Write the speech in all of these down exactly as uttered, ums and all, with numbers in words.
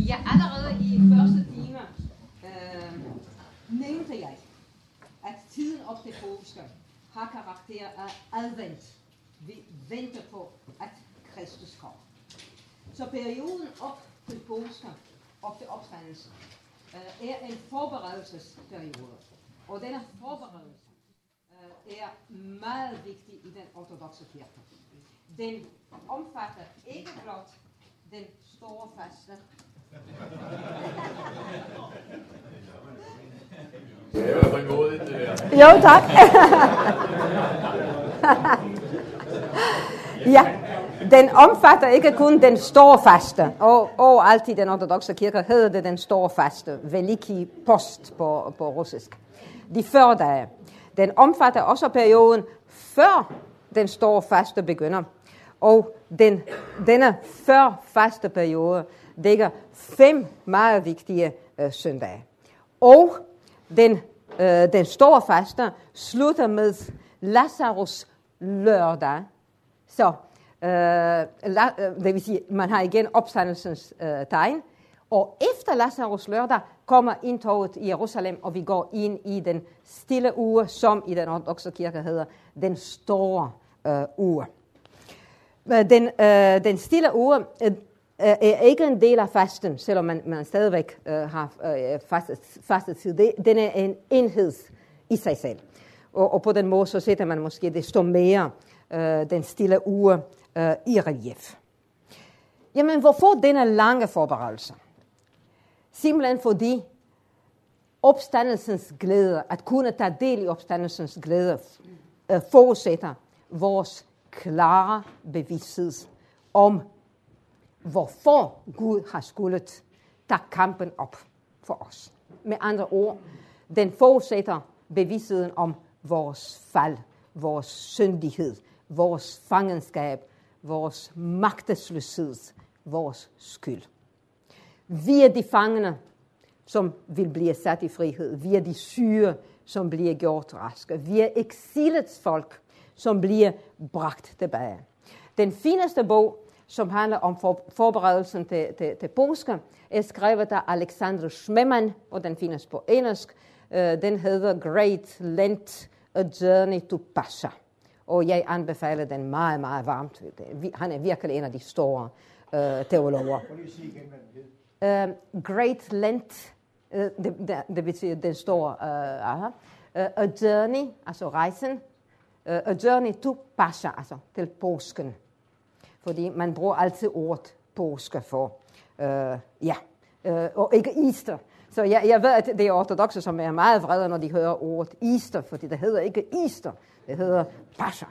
Ja, allerede i første time øh, nævnte jeg, at tiden op til påske har karakter af advent. Vi venter på, at Kristus kommer. Så perioden op til påske, op til opstandelsen, øh, er en forberedelsesperiode. Og denne forberedelse øh, er meget vigtig i den ortodokse kirke. Den omfatter ikke blot den store faste. Det er jo frimodigt, det der. Jo, tak. Ja, den omfatter ikke kun den store faste. Og, og altid den ortodokse kirke hedder det den store faste. Veliki post på, på russisk. De fyrre dage. Den omfatter også perioden før den store faste begynder. Og den, denne før faste periode dækker fem meget vigtige øh, søndage. Og den, øh, den store faste slutter med Lazarus lørdag. Så øh, la, øh, det vil sige, man har igen opstandelsens øh, tegn. Og efter Lazarus lørdag kommer indtoget i Jerusalem, og vi går ind i den stille uge, som i den ortodokse kirke hedder den store øh, uge. Den, øh, den stille uge øh, er ikke en del af fasten, selvom man, man stadigvæk øh, har øh, fastet, fastet tid. Den er en enhed i sig selv. Og, og på den måde så sætter man måske desto mere øh, den stille uge øh, i relief. Jamen, hvorfor denne lange forberedelse? Simpelthen fordi opstandelsens glæde, at kunne tage del i opstandelsens glæde, øh, forudsætter vores klare bevidsthed om, hvorfor Gud har skullet tage kampen op for os. Med andre ord, den forudsætter bevidstheden om vores fald, vores syndighed, vores fangenskab, vores magtesløshed, vores skyld. Vi er de fangene, som vil blive sat i frihed. Vi er de syge, som bliver gjort raske. Vi er eksilets folk, som bliver bragt tilbage. Den fineste bog, som handler om for, forberedelsen til, til, til påske, er skrevet af Alexander Schmemann, og den findes på engelsk. Uh, den hedder Great Lent, A Journey to Pascha. Og jeg anbefaler den meget, meget varmt. Han er virkelig en af de store uh, teologer. Uh, Great Lent, uh, det, det, det betyder den store, uh, aha. Uh, A Journey, altså rejsen, uh, A Journey to Pascha, altså til påsken. Fordi man bruger altid ordet påske for, uh, ja, uh, og ikke Easter. Så jeg, jeg ved, at det er ortodokse, som er meget vrede, når de hører ordet Easter, fordi det hedder ikke Easter, det hedder Pascha.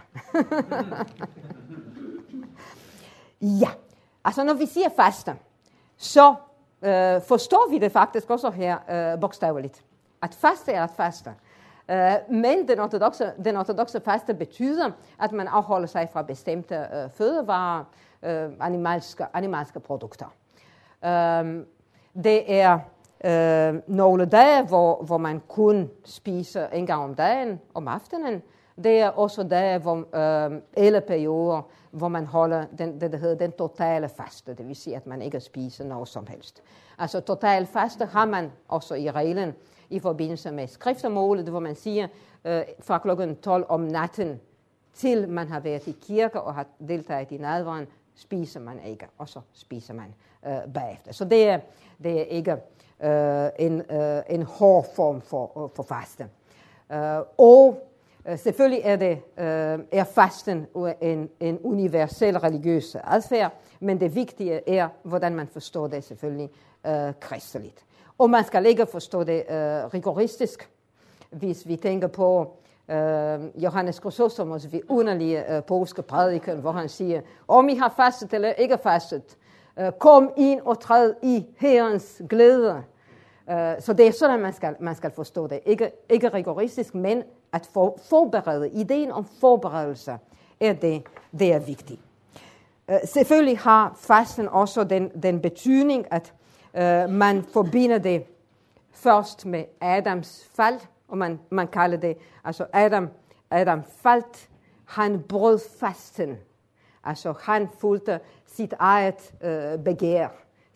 Ja, altså når vi siger faste, så øh, forstår vi det faktisk også her øh, bogstaveligt. At faste er at faste. Øh, men den ortodokse, den ortodokse faste betyder, at man afholder sig fra bestemte øh, fødevarer, øh, animalske, animalske produkter. Øh, det er øh, nogle dage, hvor, hvor man kun spiser en gang om dagen, om aftenen. Det er også dage, hvor, øh, eller perioder, hvor man holder den, det, der hedder den totale faste. Det vil sige, at man ikke spiser noget som helst. Altså total faste har man også i reglen i forbindelse med skriftemålet, hvor man siger, øh, fra klokken tolv om natten, til man har været i kirke og har deltaget i nadveren, spiser man ikke, og så spiser man øh, bagefter. Så det er, det er ikke øh, en, øh, en hård form for, for faste. Øh, og selvfølgelig er, det, øh, er fasten en, en universel religiøs adfærd, men det vigtige er, hvordan man forstår det selvfølgelig øh, kristeligt. Og man skal ikke forstå det øh, rigoristisk, hvis vi tænker på øh, Johannes Chrysostomos vidunderlige øh, påskeprædiken, hvor han siger, om I har fastet eller ikke fastet, øh, kom ind og træd i Herrens glæde. Uh, så det er sådan, man skal, man skal forstå det. Ikke, ikke rigoristisk, men at for, forberede. Ideen om forberedelse er det, det er vigtigt. Uh, selvfølgelig har fasten også den, den betydning, at uh, man forbinder det først med Adams fald, og man, man kalder det, altså Adam, Adam faldt, han brød fasten. Altså han fulgte sit eget uh, begær,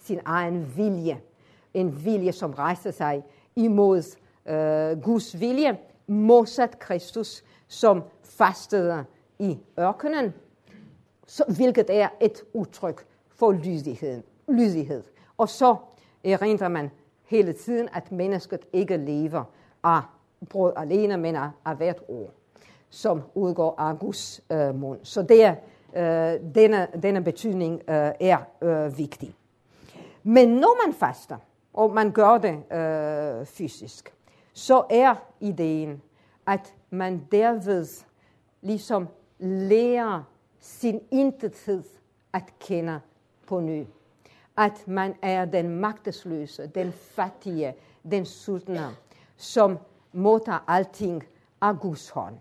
sin egen vilje. En vilje, som rejser sig imod øh, Guds vilje, modsat Kristus, som fastede i ørkenen, så, hvilket er et udtryk for lydighed. lydighed. Og så erindrer man hele tiden, at mennesket ikke lever af brød alene, men af, af hvert ord, som udgår af Guds øh, mund. Så det er, øh, denne, denne betydning øh, er øh, vigtig. Men når man faster, og man gør det øh, fysisk, så er ideen, at man derved ligesom lærer sin intethed at kende på ny. At man er den magtesløse, den fattige, den sultne, som modtager alting af Guds hånd.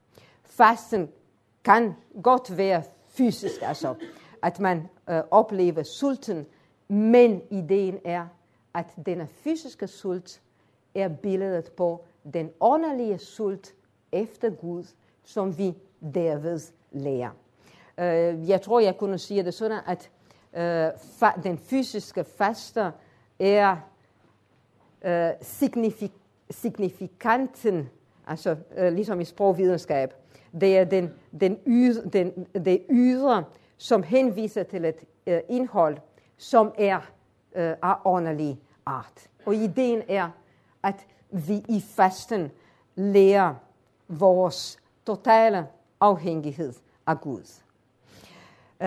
Fasten kan godt være fysisk, altså at man øh, oplever sulten, men ideen er, at denne fysiske sult er billedet på den åndelige sult efter Gud, som vi derved lærer. Uh, jeg tror, jeg kunne sige det sådan, at uh, fa- den fysiske faste er uh, signifik- signifikanten, altså uh, ligesom i sprogvidenskab. Det er den, den, yd- den, det ydre, som henviser til et uh, indhold, som er uh, af åndelig art. Og ideen er, at vi i fasten lærer vores totale afhængighed af Gud. Uh,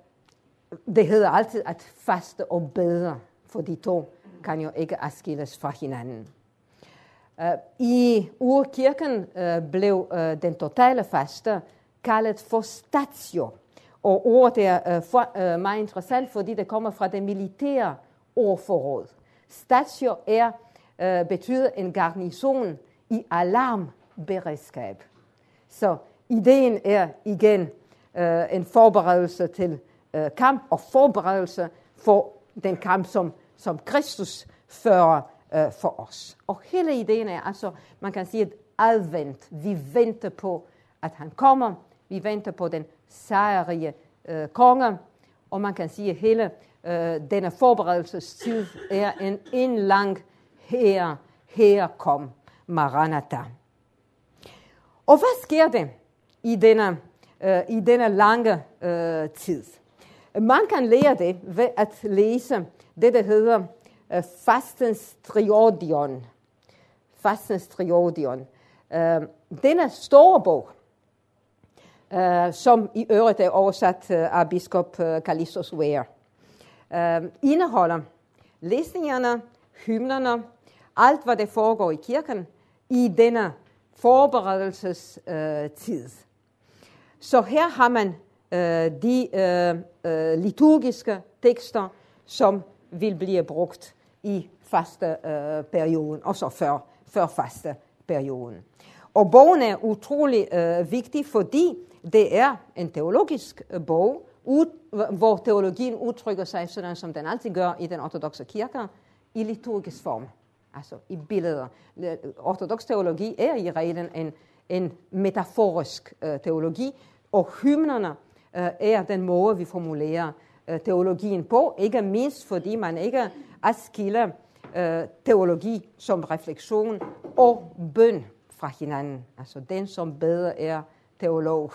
det hedder altid at faste og bede, for de to kan jo ikke adskilles fra hinanden. Uh, I urkirken uh, blev uh, den totale faste kaldet for statio. Og ordet er uh, for, uh, meget interessant, fordi det kommer fra det militære ordforråd. Statio er, uh, betyder en garnison i alarmberedskab. Så ideen er igen uh, en forberedelse til uh, kamp og forberedelse for den kamp, som, som Kristus fører uh, for os. Og hele ideen er altså, man kan sige et advent. Vi venter på, at han kommer. Vi venter på den sejrige uh, konge. Og man kan sige, at hele uh, denne forberedelsestid er en, en lang her, her kom Maranatha. Og hvad sker det i denne, øh, i denne lange øh, tid? Man kan lære det ved at læse det, der hedder øh, Fastens Triodion. Fastens Triodion. Øh, denne store bog, øh, som i øvrigt er oversat øh, af biskop øh, Kallistos Ware, øh, indeholder læsningerne, hymnerne, alt hvad der foregår i kirken i denne forberedelsestid. Så her har man øh, de øh, øh, liturgiske tekster, som vil blive brugt i fasteperioden, øh, også før, før fasteperioden. Og bogen er utrolig øh, vigtig, fordi det er en teologisk bog, ud, hvor teologien udtrykker sig sådan, som den altid gør i den ortodokse kirke, i liturgisk form. Altså i billeder. Ortodoks teologi er i reglen en, en metaforisk uh, teologi, og hymnerne uh, er den måde, vi formulerer uh, teologien på, ikke mindst fordi man ikke adskiller uh, teologi som refleksion og bøn fra hinanden. Altså den, som beder, er teolog.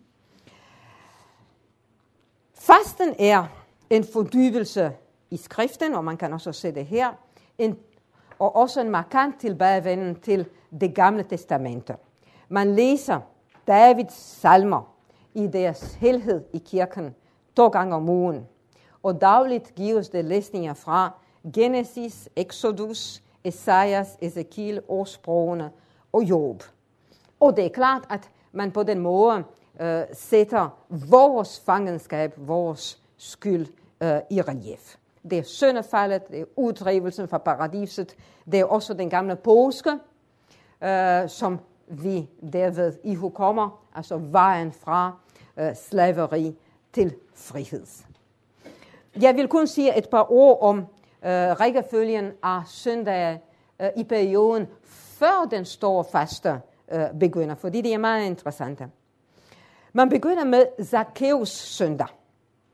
Fasten er en fordybelse i skriften, og man kan også se det her, en og også en markant tilbagevenden til det gamle testamente. Man læser Davids salmer i deres helhed i kirken to gange om ugen, og dagligt gives det læsninger fra Genesis, Exodus, Esajas, Ezekiel, Ordsprogene og Job. Og det er klart, at man på den måde øh, sætter vores fangenskab, vores skyld øh, i relief. Det er syndefaldet, det er uddrivelsen fra paradiset, det er også den gamle påske, øh, som vi derved ihukommer, altså vejen fra øh, slaveri til frihed. Jeg vil kun sige et par ord om øh, rækkefølgen af søndage øh, i perioden før den store faste øh, begynder, fordi det er meget interessant. Man begynder med Zacchaeus søndag.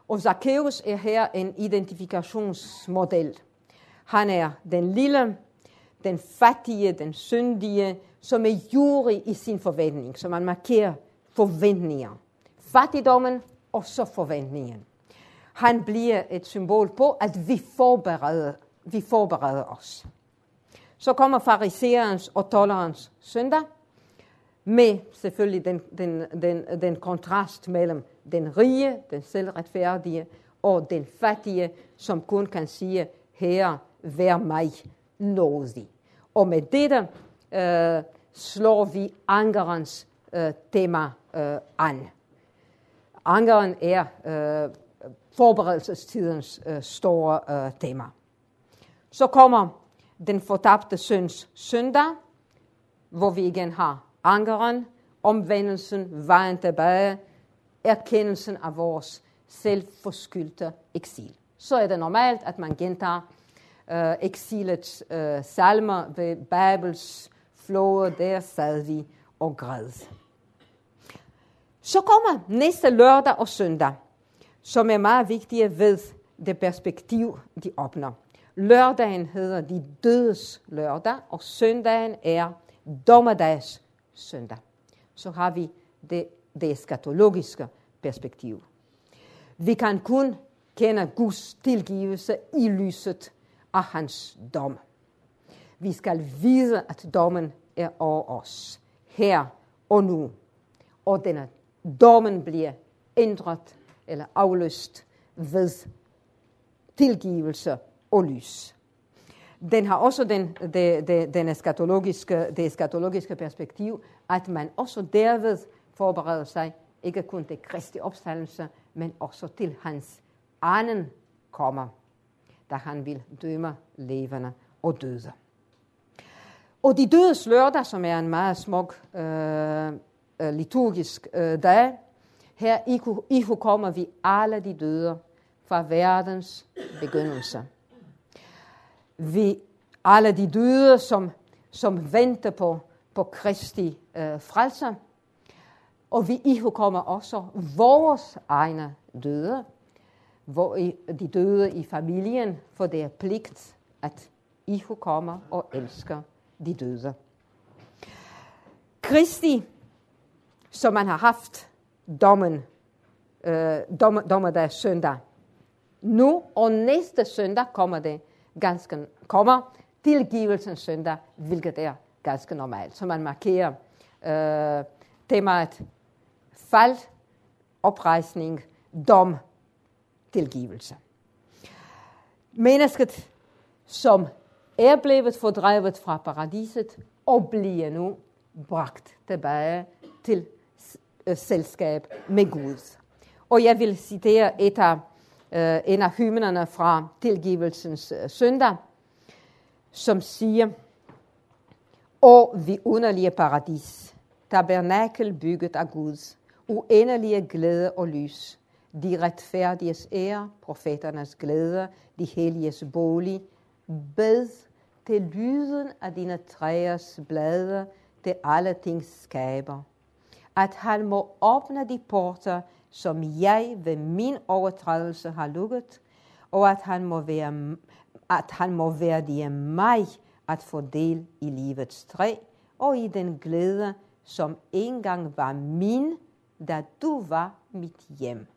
Og Zacchaeus er her en identifikationsmodel. Han er den lille, den fattige, den syndige, som er jury i sin forventning, så man markerer forventninger. Fattigdommen og så forventningen. Han bliver et symbol på, at vi forbereder, vi forbereder os. Så kommer fariseerens og tollerens søndag, med selvfølgelig den, den, den, den kontrast mellem den rige, den selvretfærdige, og den fattige, som kun kan sige, Herre, vær mig nådig. Og med dette øh, slår vi ankerens øh, tema øh, an. Ankeren er øh, forberedelsestidens øh, store øh, tema. Så kommer den fortabte søns søndag, hvor vi igen har ankeren, omvendelsen, vejen tilbage, erkendelsen af vores selvforskyldte eksil. Så er det normalt, at man gentager øh, eksilets øh, salmer ved Babels flåde, der sad vi og græd. Så kommer næste lørdag og søndag, som er meget vigtige ved det perspektiv, de åbner. Lørdagen hedder de dødes lørdag, og søndagen er dommedags søndag. Så har vi det, det eskatologiske perspektiv. Vi kan kun kende Guds tilgivelse i lyset af hans dom. Vi skal vide, at dommen er over os, her og nu. Og denne dommen bliver ændret eller afløst ved tilgivelse og lys. Den har også den, det, det, den eskatologiske, det eskatologiske perspektiv, at man også derved forbereder sig, ikke kun til Kristi opstandelse, men også til hans anden kommer, da han vil dømme levende og døde. Og de dødes lørdag, som er en meget smuk øh, liturgisk øh, dag, her i kommer vi alle de døde fra verdens begyndelse. Vi alle de døde, som, som venter på, på Kristi øh, frelse. Og vi ihukommer også vores egne døde, hvor I, de døde i familien, for det er pligt at ihukomme og elsker de døde. Kristi, som man har haft dommen, øh, dom, dommedags søndag. Nu og næste søndag kommer det ganske kommer tilgivelsens søndag, hvilket er ganske normalt. Så man markerer øh, temaet fald, oprejsning, dom, tilgivelse. Mennesket, som er blevet fordrevet fra paradiset og bliver nu bragt tilbage til selskab med Gud. Og jeg vil citere et af, øh, en af hymnerne fra tilgivelsens øh, søndag, som siger: O vidunderlige paradis, tabernakel bygget af Gud, uendelige glæde og lys, de retfærdiges ære, profeternes glæde, de helliges bolig, bed til lyden af dine træers blade, det alle ting skaber. At han må åbne de porter, som jeg ved min overtrædelse har lukket, og at han må være, at han må værdige mig at få del i livets træ, og i den glæde, som engang var min, da du var mit hjem.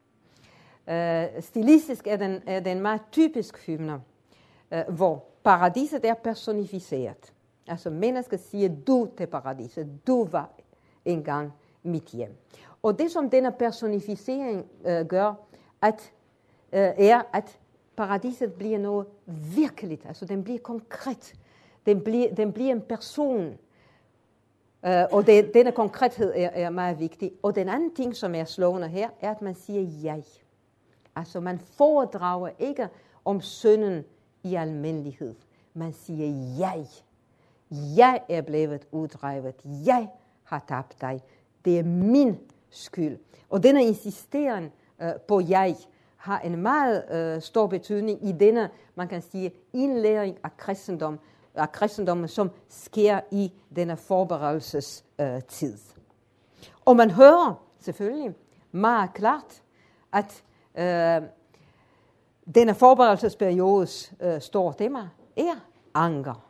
Uh, stilistisk er den, er den meget typisk hymne, uh, hvor paradiset er personificeret. Altså mennesket siger du til paradiset, du var engang mit hjem. Og det som denne personificering uh, gør, at, uh, er, at paradiset bliver noget virkeligt, altså den bliver konkret, den bliver, den bliver en person, uh, og det, denne konkrethed er, er meget vigtig. Og den anden ting, som er slående her, er, at man siger jeg. Altså man foredrager ikke om synden i almindelighed. Man siger jeg. Jeg er blevet uddrevet. Jeg har tabt dig. Det er min skyld. Og denne insisteren uh, på jeg har en meget uh, stor betydning i denne, man kan sige, indlæring af kristendom, af kristendommen, som sker i denne forberedelsestid. Uh, og man hører selvfølgelig meget klart, at øh, denne forberedelsesperiodes øh, store tema er anger.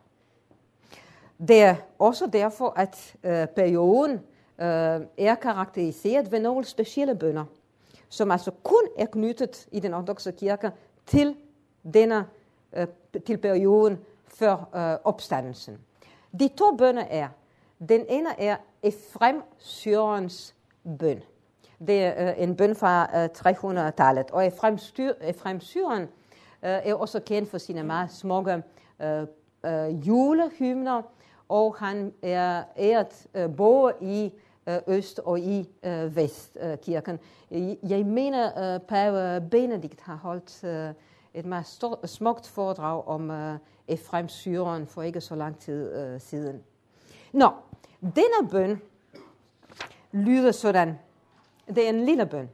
Det er også derfor, at øh, perioden øh, er karakteriseret ved nogle specielle bønner, som altså kun er knyttet i den ortodokse kirke til, denne, øh, til perioden før øh, opstandelsen. De to bønner er, den ene er Efrem Syrens bøn. Det er øh, en bøn fra øh, tre hundrede-tallet, og Efrem, styr, Efrem Syren øh, er også kendt for sine meget smukke øh, øh, julehymner, og han er æret øh, både i øh, Øst- og i øh, Vestkirken. Øh, Jeg mener, øh, Pave Benedikt har holdt øh, et meget stort, smukt foredrag om øh, Efrem Syren for ikke så lang tid øh, siden. Nå, denne bøn lyder sådan. Det er en lille bøn.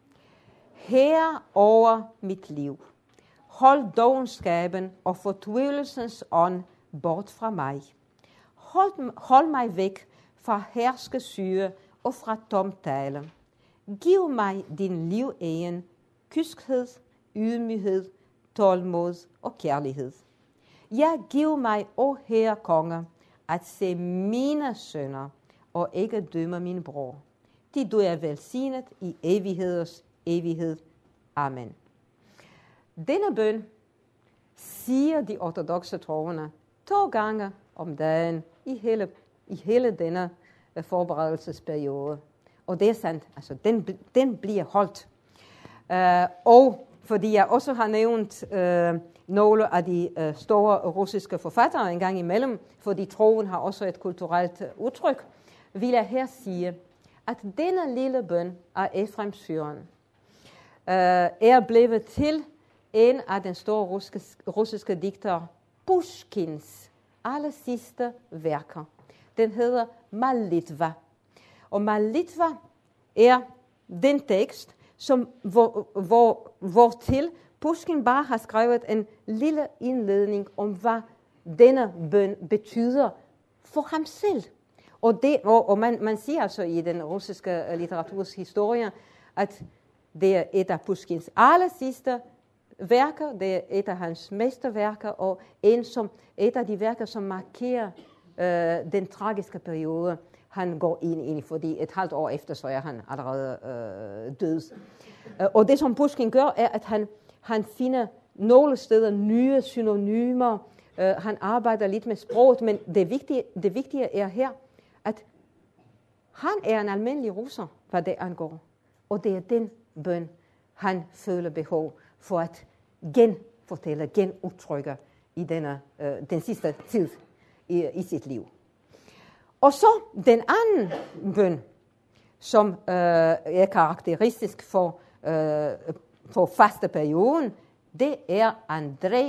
Herre over mit liv, hold dovenskaben og fortvivlelsens ånd bort fra mig. Hold, hold mig væk fra herskesyge og fra tomtale. Giv mig din livegen, kyskhed, ydmyghed, tålmod og kærlighed. Ja, giv mig, o Herre konge, at se mine sønner og ikke dømme min bror. De du er velsignet i evigheders evighed. Amen. Denne bøn siger de ortodokse troende to gange om dagen i hele, i hele denne uh, forberedelsesperiode. Og det er sandt, altså den, den bliver holdt. Uh, og fordi jeg også har nævnt uh, nogle af de uh, store russiske forfattere en gang imellem, fordi troen har også et kulturelt uh, udtryk, vil jeg her sige, at denne lille bøn af Efrem Syren uh, er blevet til en af den store russiske, russiske digter Pushkins aller sidste værker. Den hedder Malitva. Og Malitva er den tekst, som, hvor, hvor, hvor til Pushkin bare har skrevet en lille indledning om, hvad denne bøn betyder for ham selv. Og, det, og, og man, man siger altså i den russiske litteraturs historie, at det er et af Pushkins aller sidste værker, det er et af hans mesterværker, og en som, et af de værker, som markerer øh, den tragiske periode, han går ind i, fordi et halvt år efter, så er han allerede øh, død. Og det, som Pushkin gør, er, at han, han finder nogle steder nye synonymer. Uh, han arbejder lidt med sproget, men det vigtige, det vigtige er her, at han er en almindelig russer, hvad det angår. Og det er den bøn, han føler behov for at genfortælle, genudtrykke i denne, uh, den sidste tid i, i sit liv. Og så den anden bøn, som uh, er karakteristisk for, uh, for faste perioden, det er Andrei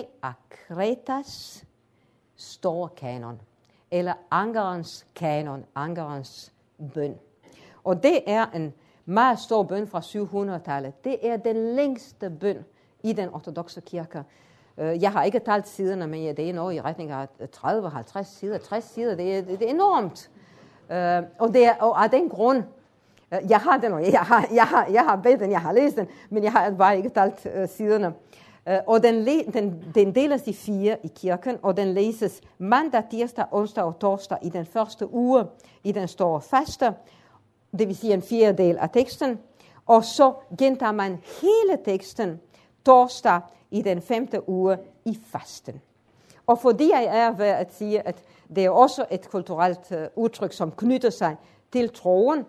Akretas store kanon, eller Angerens kanon, Angerens bøn. Og det er en meget stor bøn fra syv hundrede-tallet. Det er den længste bøn i den ortodokse kirke. Jeg har ikke talt siderne, men det er noget i retning af tredive, halvtreds sider, tres sider. Det er, det er enormt. Og, det er, og af den grund, jeg har den, jeg har, jeg har, jeg har bedt den, jeg har læst den, men jeg har bare ikke talt siderne. Uh, og den, den, den deles i fire i kirken, og den læses mandag, tirsdag, onsdag og torsdag i den første uge i den store faste, det vil sige en fjerdedel af teksten, og så gentager man hele teksten torsdag i den femte uge i fasten. Og fordi jeg er ved at sige, at det er også et kulturelt uh, udtryk, som knytter sig til troen, uh,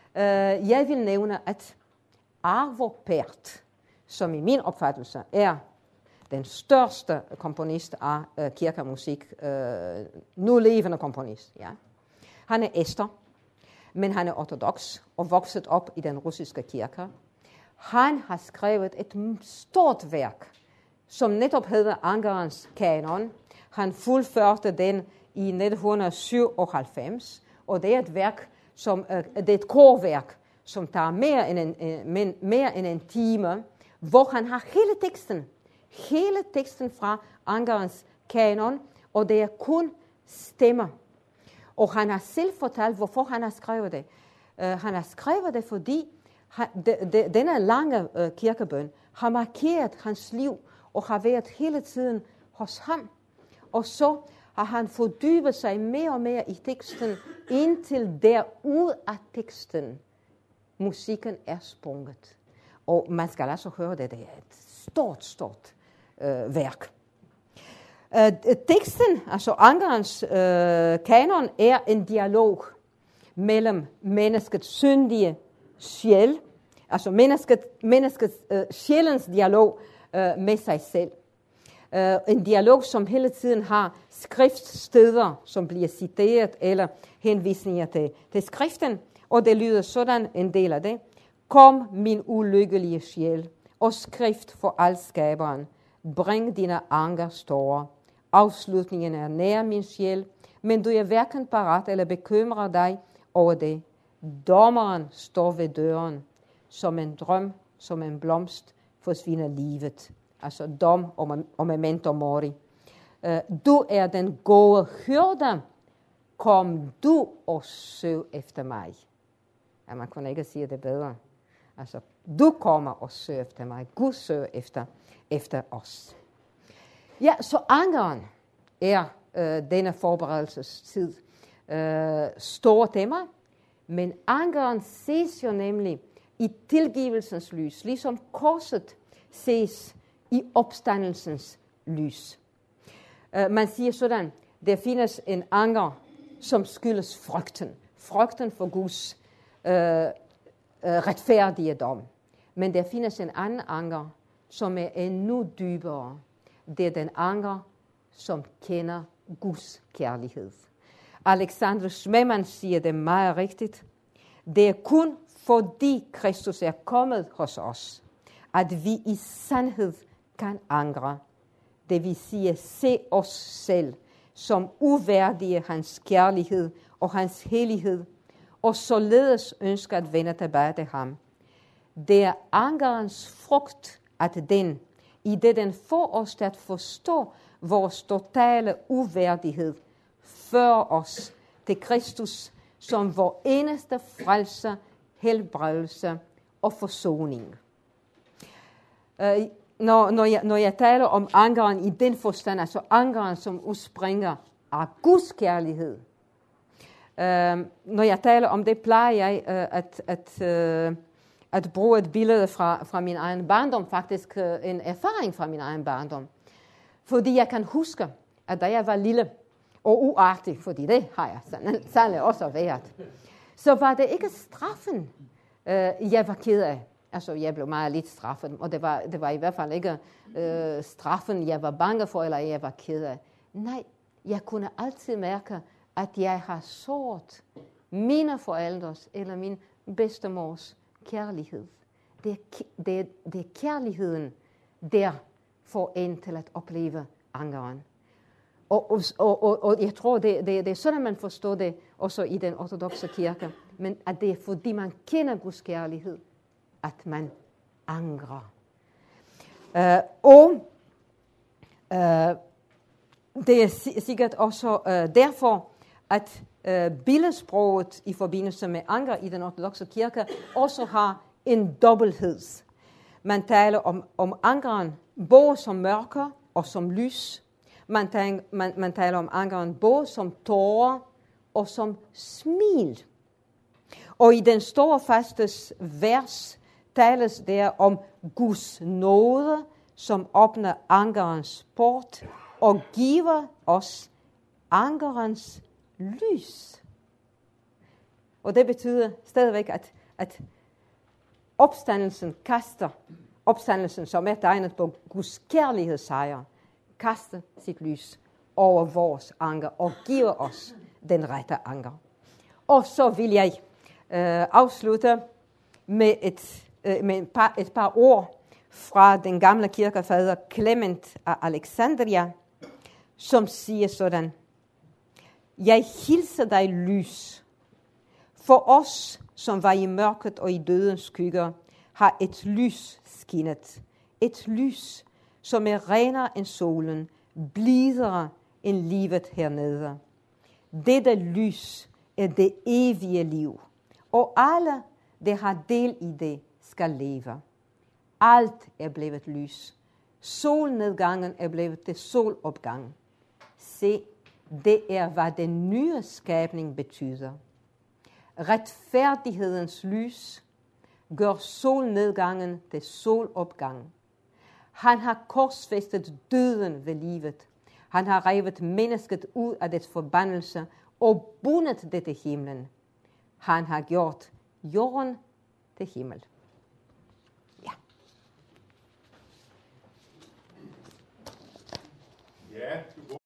jeg vil nævne, at Arvo Pärt, som i min opfattelse er den største komponist af uh, kirkemusik, uh, nu levende komponist. Ja. Han er ester, men han er ortodox og vokset op i den russiske kirke. Han har skrevet et stort værk, som netop hedder Angerens kanon. Han fuldførte den i nitten syvoghalvfems, og det er et værk, som uh, det er et korværk, som tager mere end en, uh, mere end en time, hvor han har hele teksten, hele teksten fra Angerens kanon, og det er kun stemmer. Og han har selv fortalt, hvorfor han har skrevet det. Uh, han har skrevet det, fordi han, de, de, denne lange uh, kirkebøn har markeret hans liv og har været hele tiden hos ham. Og så har han fordybet sig mere og mere i teksten, indtil derud af teksten musikken er sprunget. Og man skal altså høre det, det er et stort, stort øh, værk. Øh, teksten, altså Ankerens øh, kanon, er en dialog mellem menneskets syndige sjæl, altså mennesket, menneskets øh, sjælens dialog øh, med sig selv. Øh, en dialog, som hele tiden har skriftsteder, som bliver citeret, eller henvisninger til, til skriften, og det lyder sådan en del af det. Kom, min ulykkelige sjæl, og skrift for altskaberen. Bring dine anker store. Afslutningen er nær, min sjæl, men du er hverken parat eller bekymrer dig over det. Dommeren står ved døren. Som en drøm, som en blomst, forsvinder livet. Altså dom og memento mori. Uh, du er den gode hyrde. Kom du og søg efter mig. Ja, man kunne ikke sige det bedre. Altså, du kommer og søger efter mig. Gud søger efter, efter os. Ja, så ankeren er øh, denne forberedelsestid øh, store tema, men ankeren ses jo nemlig i tilgivelsens lys, ligesom korset ses i opstandelsens lys. Uh, man siger sådan, der findes en anker, som skyldes frygten. Frygten for Guds uh, uh, retfærdige dom. Men der findes en anden anker, som er endnu dybere. Det er den anker, som kender Guds kærlighed. Alexander Schmemann siger det meget rigtigt. Det er kun fordi Kristus er kommet hos os, at vi i sandhed kan angre. Det vil sige se os selv som uværdige hans kærlighed og hans hellighed, og således ønsker at vende tilbage til ham. Det er ankerens frugt, at den, i det den får os til at forstå vores totale uværdighed, fører os til Kristus som vor eneste frelser, helbredelse og forsoning. Uh, når, når, jeg, når jeg taler om ankeren i den forstand, altså ankeren, som udspringer af Guds kærlighed, uh, når jeg taler om det, plejer jeg uh, at, at, uh, at bruge et billede fra, fra min egen barndom, faktisk uh, en erfaring fra min egen barndom. Fordi jeg kan huske, at da jeg var lille og uartig, fordi det har jeg sandelig også været, så var det ikke straffen, uh, jeg var ked af. Altså, jeg blev meget lidt straffet, og det var, det var i hvert fald ikke uh, straffen, jeg var bange for, eller jeg var ked af. Nej, jeg kunne altid mærke, at jeg har såret mine forældres eller min bedstemors kærlighed. Det er, det, er, det er kærligheden, der får en til at opleve ankeren. Og, og, og, og jeg tror, det, det, det er sådan, man forstår det også i den ortodokse kirke. Men at det er fordi, man kender Guds kærlighed, at man angrer. Uh, og uh, det er sikkert også uh, derfor, at uh, billedsproget i forbindelse med anker i den ortodokse kirke også har en dobbelthed. Man taler om, om ankeren både som mørke og som lys. Man taler, man, man taler om ankeren både som tårer og som smil. Og i den store fastes vers tales der om Guds nåde, som åbner ankerens port og giver os ankerens lys. Og det betyder stadigvæk, at, at opstandelsen kaster, opstandelsen som er tegnet på Guds kærlighedssejr, kaster sit lys over vores anker og giver os den rette anker. Og så vil jeg øh, afslutte med et med et par, et par ord fra den gamle kirkefader Clement af Alexandria, som siger sådan: Jeg hilser dig lys. For os, som var i mørket og i dødens skygger, har et lys skinnet. Et lys, som er renere end solen, blidere end livet hernede. Dette lys er det evige liv, og alle, der har del i det, skal leve. Alt er blevet lys. Solnedgangen er blevet til solopgang. Se, det er, hvad den nye skabning betyder. Retfærdighedens lys gør solnedgangen til solopgang. Han har korsfæstet døden ved livet. Han har revet mennesket ud af dets forbandelse og bundet det til himlen. Han har gjort jorden til himmel. Ja. Ja,